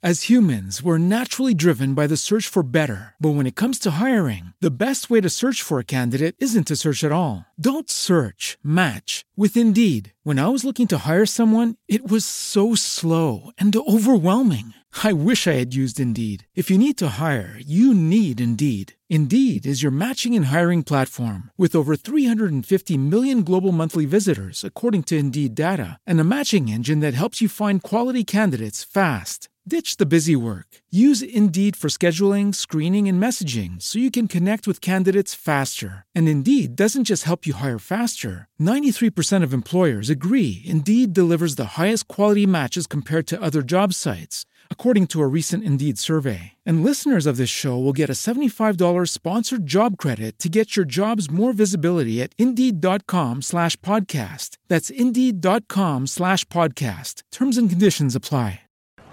As humans, we're naturally driven by the search for better. But when it comes to hiring, the best way to search for a candidate isn't to search at all. Don't search, match with Indeed. When I was looking to hire someone, it was so slow and overwhelming. I wish I had used Indeed. If you need to hire, you need Indeed. Indeed is your matching and hiring platform with over 350 million global monthly visitors, according to Indeed data, and a matching engine that helps you find quality candidates fast. Ditch the busy work. Use Indeed for scheduling, screening, and messaging so you can connect with candidates faster. And Indeed doesn't just help you hire faster. 93% of employers agree Indeed delivers the highest quality matches compared to other job sites, according to a recent Indeed survey. And listeners of this show will get a $75 sponsored job credit to get your jobs more visibility at Indeed.com/podcast. That's Indeed.com/podcast. Terms and conditions apply.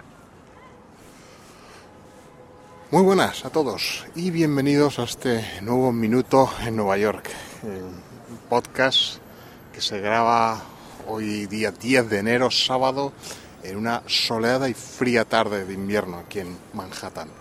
Muy buenas a todos y bienvenidos a este nuevo minuto en Nueva York, un podcast que se graba hoy día 10 de enero, sábado, en una soleada y fría tarde de invierno aquí en Manhattan.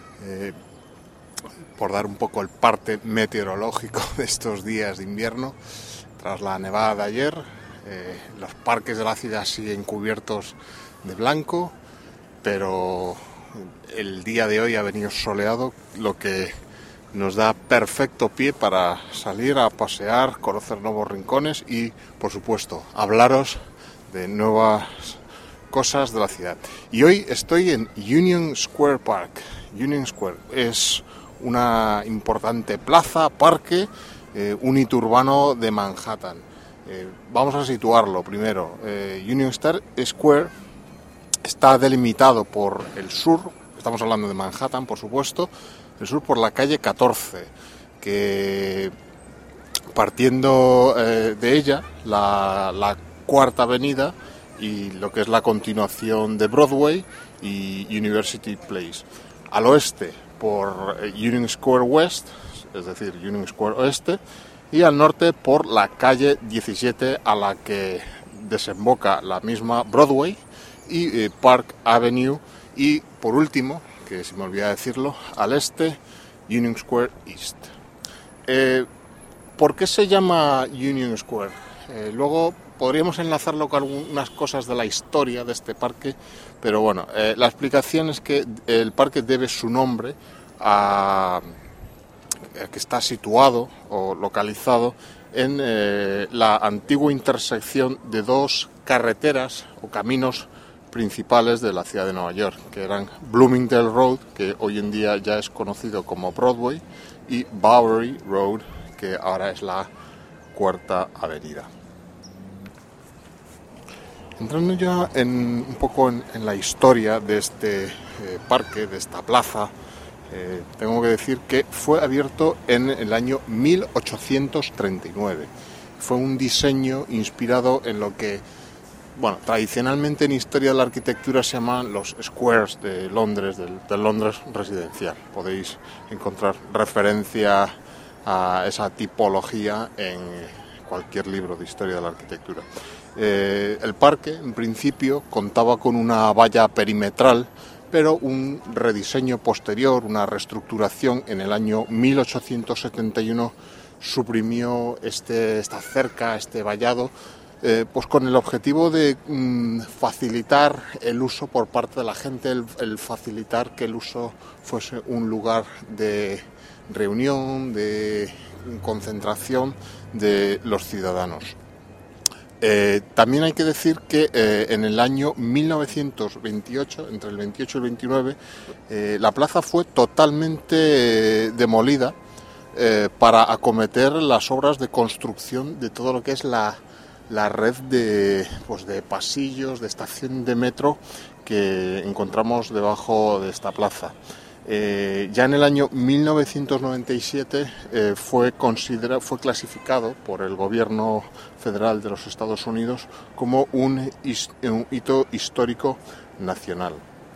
Por dar un poco el parte meteorológico de estos días de invierno, tras la nevada de ayer, los parques de la ciudad siguen cubiertos de blanco, pero el día de hoy ha venido soleado, lo que nos da perfecto pie para salir a pasear, conocer nuevos rincones y, por supuesto, hablaros de nuevas cosas de la ciudad. Y hoy estoy en Union Square Park. Union Square es una importante plaza, parque, un hito urbano de Manhattan. Vamos a situarlo primero. Union Square está delimitado por el sur, estamos hablando de Manhattan, por supuesto, el sur por la calle 14, que partiendo de ella, la Cuarta Avenida y lo que es la continuación de Broadway y University Place. Al oeste por Union Square West, es decir, Union Square Oeste, y al norte por la calle 17 a la que desemboca la misma Broadway y Park Avenue, y por último, que se me olvida decirlo, al este, Union Square East. ¿Por qué se llama Union Square? Luego podríamos enlazarlo con algunas cosas de la historia de este parque, pero bueno, la explicación es que el parque debe su nombre a que está situado o localizado en la antigua intersección de dos carreteras o caminos principales de la ciudad de Nueva York, que eran Bloomingdale Road, que hoy en día ya es conocido como Broadway, y Bowery Road, que ahora es la Cuarta Avenida. Entrando ya un poco en la historia de este parque, de esta plaza, tengo que decir que fue abierto en el año 1839. Fue un diseño inspirado en lo que, bueno, tradicionalmente en historia de la arquitectura se llaman los squares de Londres, del Londres residencial. Podéis encontrar referencia a esa tipología en cualquier libro de historia de la arquitectura. El parque, en principio, contaba con una valla perimetral, pero un rediseño posterior, una reestructuración en el año 1871 suprimió esta cerca, este vallado, pues con el objetivo de facilitar el uso por parte de la gente, el facilitar que el uso fuese un lugar de reunión, de concentración de los ciudadanos. También hay que decir que en el año 1928, entre el 28 y el 29, la plaza fue totalmente demolida para acometer las obras de construcción de todo lo que es la red de pasillos, de estación de metro que encontramos debajo de esta plaza. Ya en el año 1997 fue clasificado por el gobierno federal de los Estados Unidos como un hito histórico nacional.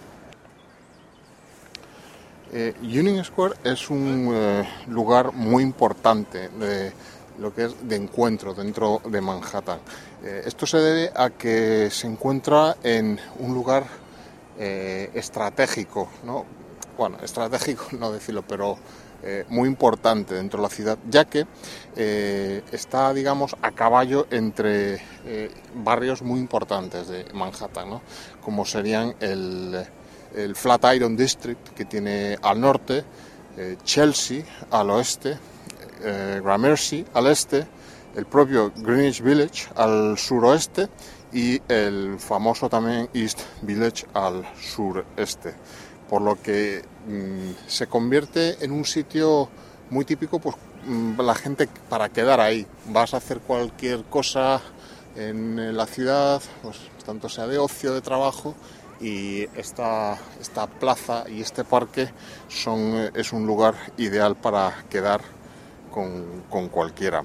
Union Square es un lugar muy importante de lo que es de encuentro dentro de Manhattan. Esto se debe a que se encuentra en un lugar estratégico, ¿no? Bueno, estratégico no decirlo, pero muy importante dentro de la ciudad, ya que está, digamos, a caballo entre barrios muy importantes de Manhattan, ¿no? Como serían el Flatiron District, que tiene al norte, Chelsea al oeste, Gramercy al este, el propio Greenwich Village al suroeste y el famoso también East Village al sureste, por lo que se convierte en un sitio muy típico, pues la gente para quedar ahí. Vas a hacer cualquier cosa en la ciudad, pues tanto sea de ocio, de trabajo, y esta plaza y este parque es un lugar ideal para quedar con cualquiera.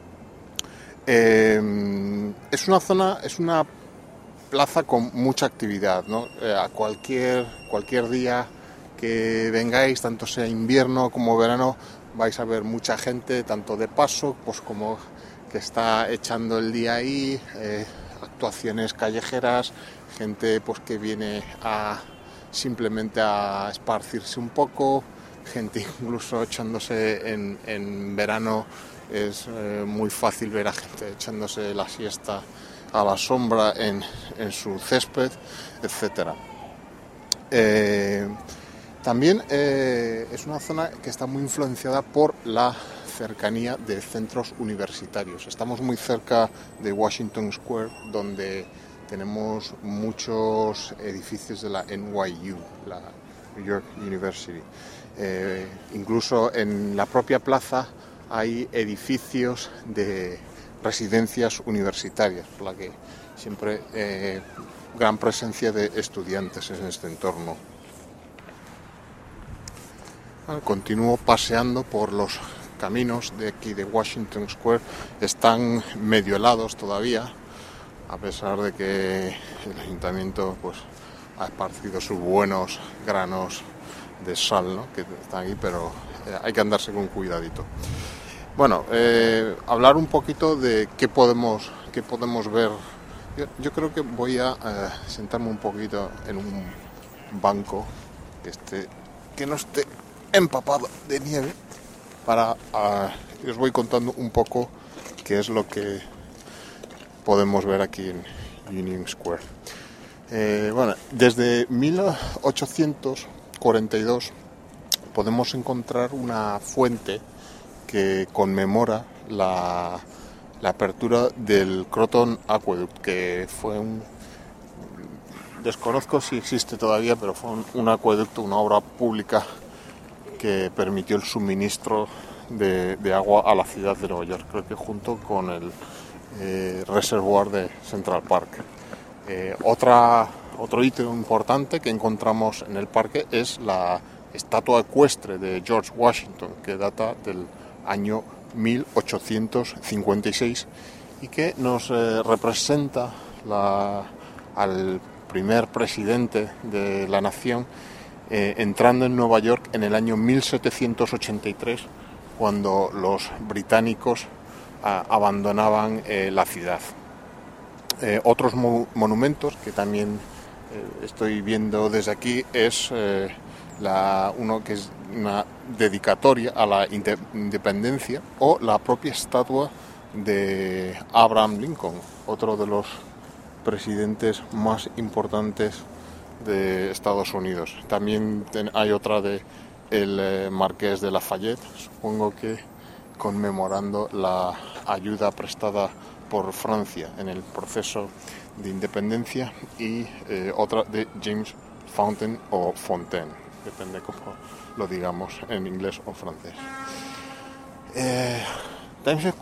Es una plaza con mucha actividad, ¿no? A cualquier día que vengáis, tanto sea invierno como verano, vais a ver mucha gente, tanto de paso, pues como que está echando el día ahí, actuaciones callejeras, gente pues que viene simplemente a esparcirse un poco, gente incluso echándose en verano. Es muy fácil ver a gente echándose la siesta a la sombra en su césped, etcétera. También es una zona que está muy influenciada por la cercanía de centros universitarios. Estamos muy cerca de Washington Square, donde tenemos muchos edificios de la NYU, la New York University. Incluso en la propia plaza hay edificios de residencias universitarias, por la que siempre gran presencia de estudiantes en este entorno. Continúo paseando por los caminos de aquí de Washington Square. Están medio helados todavía, a pesar de que el ayuntamiento pues ha esparcido sus buenos granos de sal, ¿no? Que están aquí, pero hay que andarse con cuidadito. Bueno, hablar un poquito de qué podemos ver. Yo creo que voy a sentarme un poquito en un banco que no esté empapado de nieve, os voy contando un poco qué es lo que podemos ver aquí en Union Square. Bueno, desde 1842 podemos encontrar una fuente que conmemora la apertura del Croton Aqueduct, que fue desconozco si existe todavía, pero fue un acueducto, una obra pública que permitió el suministro de agua a la ciudad de Nueva York, creo que junto con el reservoir de Central Park. Otro hito importante que encontramos en el parque es la estatua ecuestre de George Washington, que data del año 1856 y que nos representa al primer presidente de la nación entrando en Nueva York en el año 1783, cuando los británicos abandonaban la ciudad. Otros monumentos que también estoy viendo desde aquí es uno que es una dedicatoria a la independencia, o la propia estatua de Abraham Lincoln, otro de los presidentes más importantes de Estados Unidos. También hay otra de el Marqués de Lafayette, supongo que conmemorando la ayuda prestada por Francia en el proceso de independencia, y otra de James Fountain o Fontaine, depende cómo lo digamos en inglés o francés. Times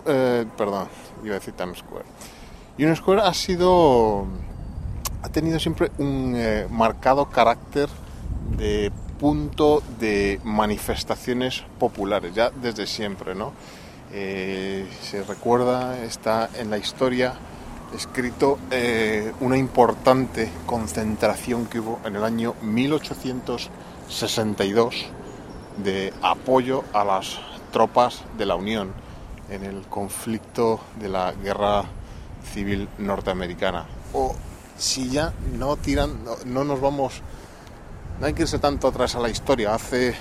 Square. Union Square ha tenido siempre un marcado carácter de punto de manifestaciones populares, ya desde siempre, ¿no? Se recuerda, está en la historia escrito una importante concentración que hubo en el año 1862 de apoyo a las tropas de la Unión en el conflicto de la Guerra Civil Norteamericana. O si ya no tiran, no nos vamos, no hay que irse tanto atrás a la historia.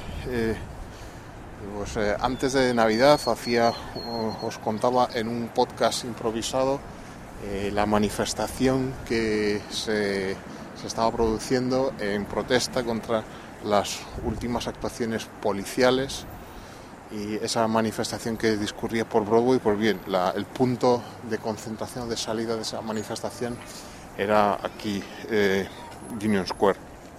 Antes de Navidad os contaba en un podcast improvisado la manifestación que se estaba produciendo en protesta contra las últimas actuaciones policiales, y esa manifestación que discurría por Broadway. Pues bien, el punto de concentración, de salida de esa manifestación era aquí, Union Square.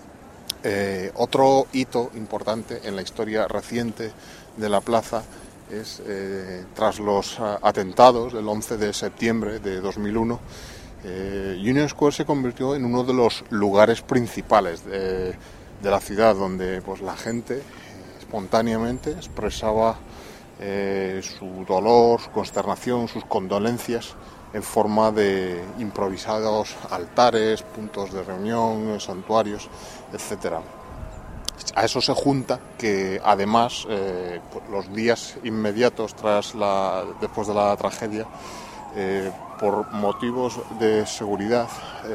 Otro hito importante en la historia reciente de la plaza es, tras los atentados del 11 de septiembre de 2001, Union Square se convirtió en uno de los lugares principales de la ciudad, donde pues la gente espontáneamente expresaba su dolor, su consternación, sus condolencias en forma de improvisados altares, puntos de reunión, santuarios, etc. A eso se junta que además los días inmediatos después de la tragedia, por motivos de seguridad,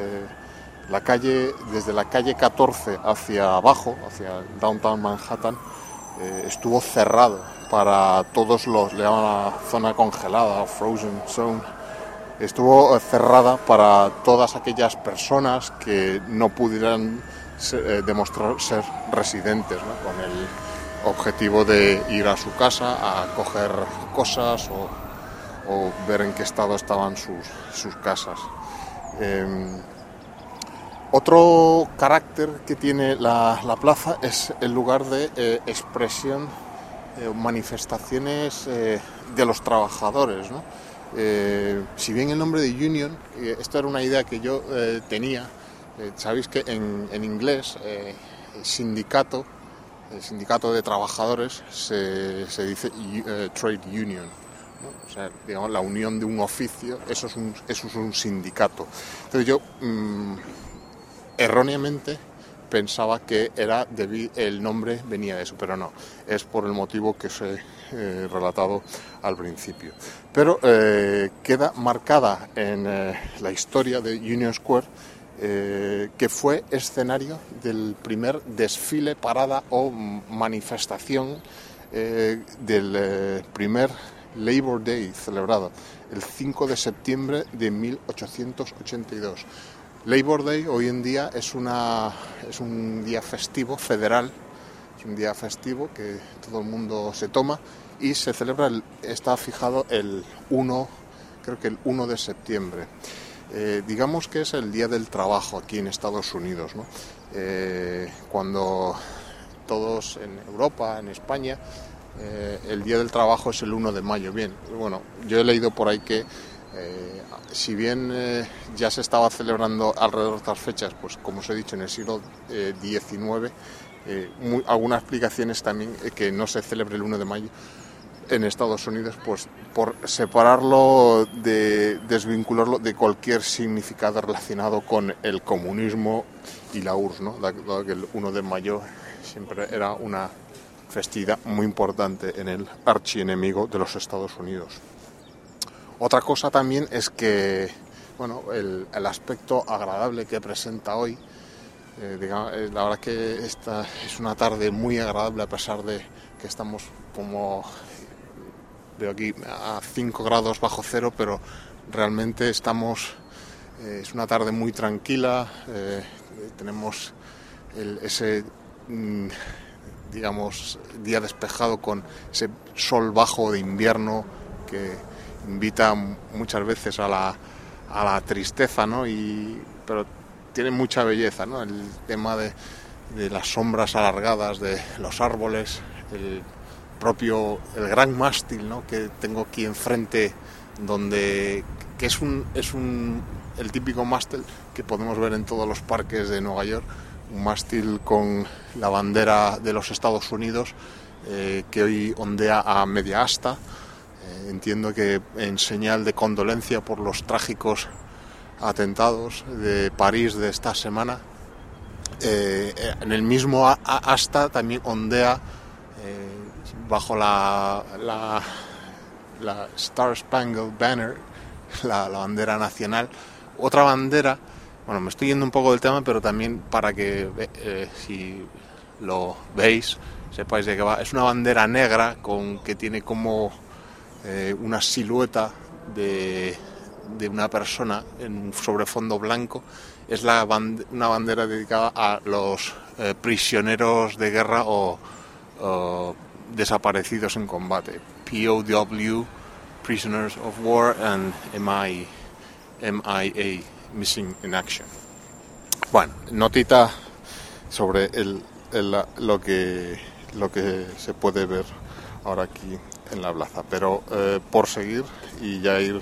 desde la calle 14 hacia abajo, hacia Downtown Manhattan, estuvo cerrado para todos le llaman la zona congelada, frozen zone. Estuvo cerrada para todas aquellas personas que no pudieran demostrar ser residentes, ¿no? Con el objetivo de ir a su casa a coger cosas o ver en qué estado estaban sus casas. Otro carácter que tiene la plaza es el lugar de expresión, manifestaciones de los trabajadores, ¿no? Si bien el nombre de Union, esto era una idea que yo tenía, sabéis que en inglés el sindicato de trabajadores se dice trade union, ¿no? O sea, digamos, la unión de un oficio, eso es un sindicato. Entonces yo erróneamente pensaba que el nombre venía de eso, pero no, es por el motivo que os he relatado al principio. Pero queda marcada en la historia de Union Square, que fue escenario del primer desfile, parada o manifestación del primer Labor Day celebrado el 5 de septiembre de 1882. Labor Day hoy en día es un día festivo federal, es un día festivo que todo el mundo se toma y se celebra, está fijado el 1 de septiembre. Digamos que es el Día del Trabajo aquí en Estados Unidos, ¿no? Cuando todos en Europa, en España, el Día del Trabajo es el 1 de mayo. Bien, bueno, yo he leído por ahí que si bien ya se estaba celebrando alrededor de estas fechas, pues como os he dicho, en el siglo XIX, algunas explicaciones también que no se celebre el 1 de mayo en Estados Unidos, pues por separarlo, desvincularlo de cualquier significado relacionado con el comunismo y la URSS, ¿no? Dado que el 1 de mayo siempre era una festividad muy importante en el archienemigo de los Estados Unidos. Otra cosa también es que, bueno, el aspecto agradable que presenta hoy, digamos, la verdad que esta es una tarde muy agradable, a pesar de que estamos, como veo aquí, a 5 grados bajo cero, pero realmente es una tarde muy tranquila. Tenemos ese, digamos, día despejado con ese sol bajo de invierno que invita muchas veces a la tristeza, ¿no? Pero tiene mucha belleza, ¿no? El tema de las sombras alargadas de los árboles, el gran mástil, ¿no? Que tengo aquí enfrente, que es el típico mástil que podemos ver en todos los parques de Nueva York, un mástil con la bandera de los Estados Unidos, que hoy ondea a media asta. Entiendo que en señal de condolencia por los trágicos atentados de París de esta semana. En el mismo asta también ondea, bajo la Star Spangled Banner, la bandera nacional, otra bandera Bueno, me estoy yendo un poco del tema, pero también para que si lo veis, sepáis de qué va. Es una bandera negra que tiene como una silueta de una persona sobre fondo blanco. Es una bandera dedicada a los prisioneros de guerra o desaparecidos en combate. POW, Prisoners of War, and MIA, Missing in Action. Bueno, notita sobre lo que se puede ver ahora aquí en la plaza, pero por seguir y ya ir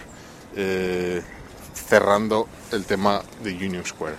cerrando el tema de Union Square.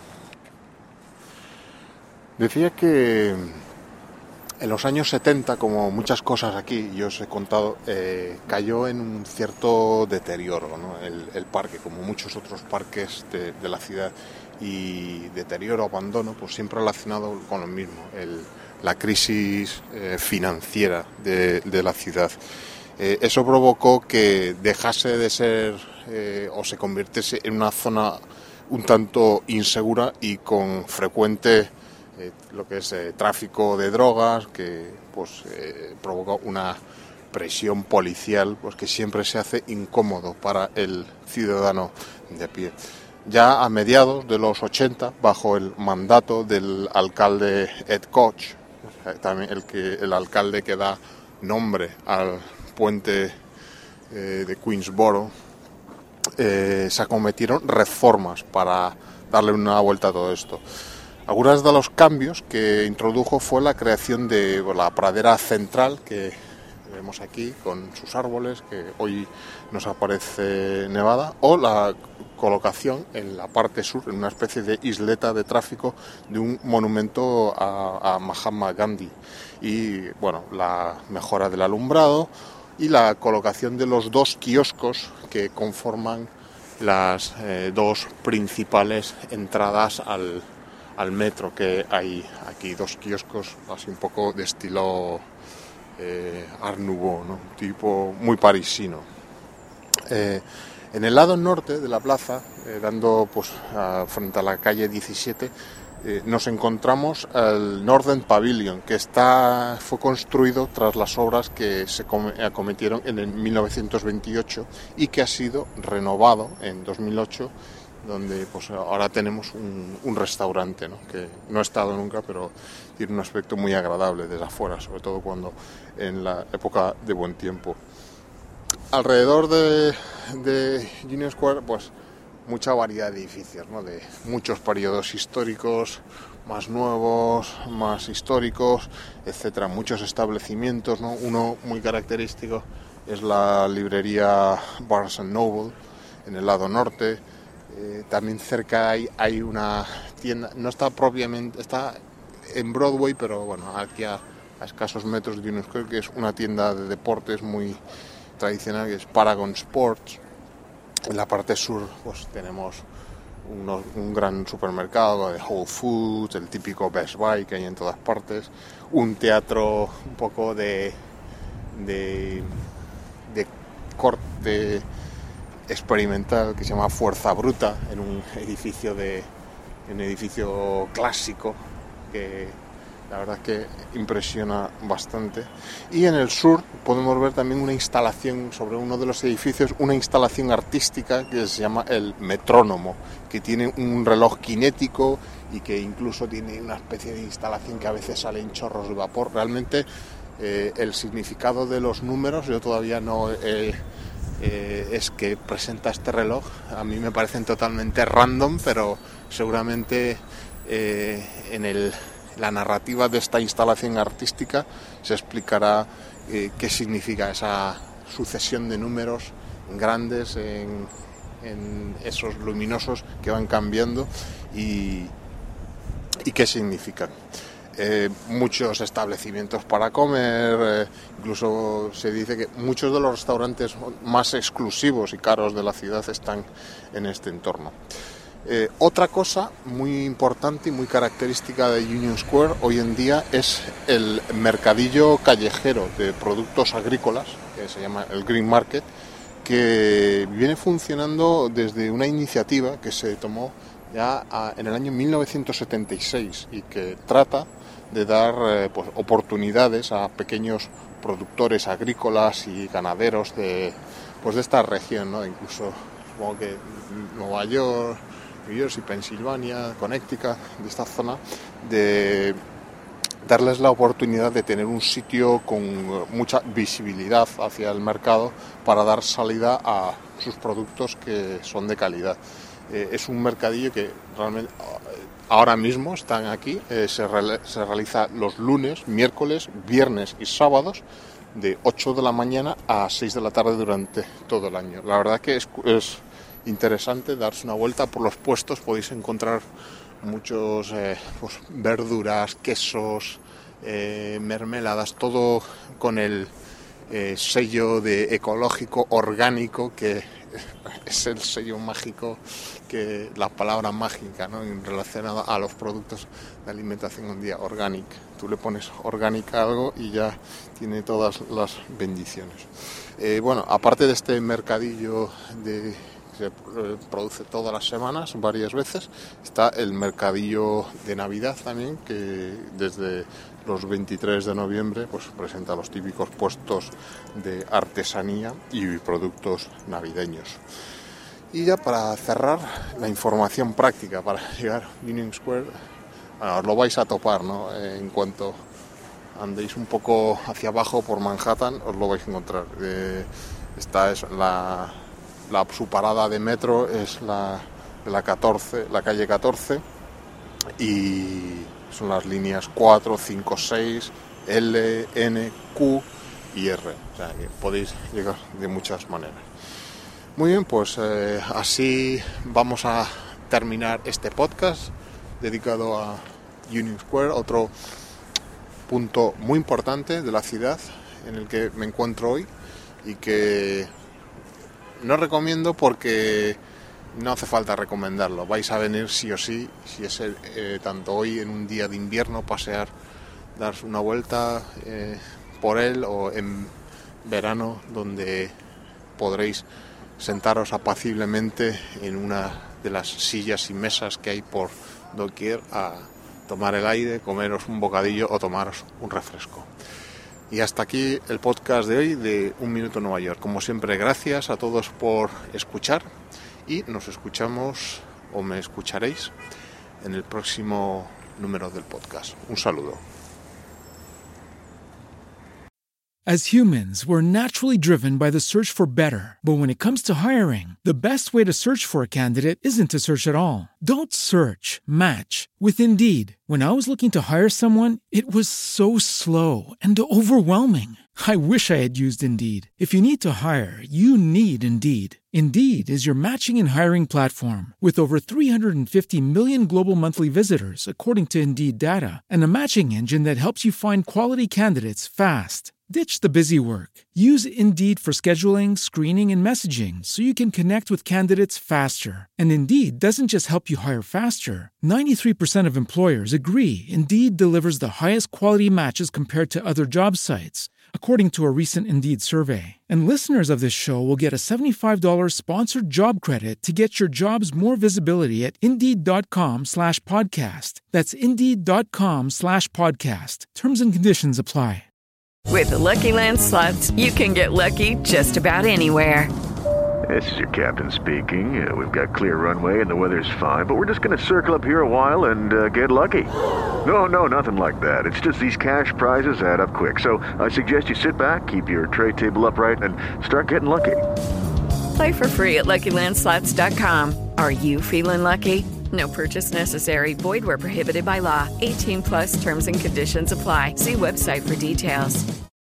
Decía que en los años 70, como muchas cosas aquí, yo os he contado, cayó en un cierto deterioro, ¿no? El parque, como muchos otros parques de la ciudad, y deterioro, abandono, pues siempre relacionado con lo mismo, la crisis financiera de la ciudad. Eso provocó que dejase de ser o se convirtiese en una zona un tanto insegura y con frecuente lo que es tráfico de drogas, que pues provoca una presión policial pues que siempre se hace incómodo para el ciudadano de a pie. Ya a mediados de los 80, bajo el mandato del alcalde Ed Koch, también el alcalde que da nombre al puente de Queensboro, se acometieron reformas para darle una vuelta a todo esto. Algunos de los cambios que introdujo fue la creación de la pradera central que vemos aquí con sus árboles, que hoy nos aparece nevada, o la colocación en la parte sur, en una especie de isleta de tráfico, de un monumento a Mahatma Gandhi, y bueno, la mejora del alumbrado y la colocación de los dos kioscos que conforman las dos principales entradas al metro, que hay aquí dos kioscos así un poco de estilo Art Nouveau, ¿no? Tipo muy parisino. En el lado norte de la plaza, dando pues frente a la calle 17, nos encontramos el Northern Pavilion, que fue construido tras las obras que se acometieron en el 1928 y que ha sido renovado en 2008, donde pues ahora tenemos un restaurante, ¿no? Que no he estado nunca, pero tiene un aspecto muy agradable desde afuera, sobre todo cuando en la época de buen tiempo. Alrededor de Union Square, pues mucha variedad de edificios, ¿no? De muchos periodos históricos, más nuevos, más históricos, etcétera. Muchos establecimientos, ¿no? Uno muy característico es la librería Barnes & Noble en el lado norte. También cerca hay una tienda, no está propiamente, está en Broadway, pero bueno, aquí a escasos metros de Union Square, que es una tienda de deportes muy tradicional, que es Paragon Sports. En la parte sur pues tenemos un gran supermercado de Whole Foods, el típico Best Buy que hay en todas partes, un teatro un poco de corte experimental que se llama Fuerza Bruta, en un edificio clásico que la verdad es que impresiona bastante. Y en el sur podemos ver también una instalación sobre uno de los edificios, una instalación artística que se llama el Metrónomo, que tiene un reloj cinético y que incluso tiene una especie de instalación que a veces salen chorros de vapor. Realmente el significado de los números yo todavía no es que presenta este reloj. A mí me parecen totalmente random, pero seguramente en la narrativa de esta instalación artística se explicará qué significa esa sucesión de números grandes en esos luminosos que van cambiando y qué significan. Muchos establecimientos para comer, incluso se dice que muchos de los restaurantes más exclusivos y caros de la ciudad están en este entorno. Otra cosa muy importante y muy característica de Union Square hoy en día es el mercadillo callejero de productos agrícolas, que se llama el Green Market, que viene funcionando desde una iniciativa que se tomó ya en el año 1976 y que trata de dar pues, oportunidades a pequeños productores agrícolas y ganaderos de esta región, ¿no? Incluso supongo que Nueva York, New Jersey, Pensilvania, Connecticut, de esta zona, de darles la oportunidad de tener un sitio con mucha visibilidad hacia el mercado para dar salida a sus productos que son de calidad. Es un mercadillo que realmente ahora mismo están aquí, se realiza los lunes, miércoles, viernes y sábados de 8 de la mañana a 6 de la tarde durante todo el año. La verdad que es interesante darse una vuelta por los puestos, podéis encontrar muchos pues, verduras, quesos, mermeladas, todo con el sello de ecológico, orgánico, que es el sello mágico, que la palabra mágica, ¿no? Relacionada a los productos de alimentación un día, organic. Tú le pones organic a algo y ya tiene todas las bendiciones. Bueno, aparte de este mercadillo que se produce todas las semanas, varias veces, está el mercadillo de Navidad también, que desde los 23 de noviembre pues presenta los típicos puestos de artesanía y productos navideños. Y ya para cerrar, la información práctica para llegar a Union Square, bueno, os lo vais a topar, ¿no? En cuanto andéis un poco hacia abajo por Manhattan, os lo vais a encontrar. Esta es su parada de metro, es la calle 14, y son las líneas 4, 5, 6, L, N, Q y R. O sea, que podéis llegar de muchas maneras. Muy bien, pues así vamos a terminar este podcast dedicado a Union Square, otro punto muy importante de la ciudad en el que me encuentro hoy y que no recomiendo porque no hace falta recomendarlo. Vais a venir sí o sí, si es tanto hoy en un día de invierno, pasear, dar una vuelta por él, o en verano, donde podréis sentaros apaciblemente en una de las sillas y mesas que hay por doquier a tomar el aire, comeros un bocadillo o tomaros un refresco. Y hasta aquí el podcast de hoy de Un Minuto Nueva York. Como siempre, gracias a todos por escuchar y nos escuchamos, o me escucharéis, en el próximo número del podcast. Un saludo. As humans, we're naturally driven by the search for better. But when it comes to hiring, the best way to search for a candidate isn't to search at all. Don't search, match with Indeed. When I was looking to hire someone, it was so slow and overwhelming. I wish I had used Indeed. If you need to hire, you need Indeed. Indeed is your matching and hiring platform with over 350 million global monthly visitors, according to Indeed data, and a matching engine that helps you find quality candidates fast. Ditch the busy work. Use Indeed for scheduling, screening, and messaging so you can connect with candidates faster. And Indeed doesn't just help you hire faster. 93% of employers agree Indeed delivers the highest quality matches compared to other job sites, according to a recent Indeed survey. And listeners of this show will get a $75 sponsored job credit to get your jobs more visibility at Indeed.com/podcast. That's Indeed.com/podcast. Terms and conditions apply. With the Lucky Land Slots, you can get lucky just about anywhere. This is your captain speaking. We've got clear runway and the weather's fine, but we're just going to circle up here a while and get lucky. No, nothing like that. It's just these cash prizes add up quick. So I suggest you sit back, keep your tray table upright, and start getting lucky. Play for free at LuckyLandSlots.com. Are you feeling lucky? No purchase necessary. Void where prohibited by law. 18+ terms and conditions apply. See website for details.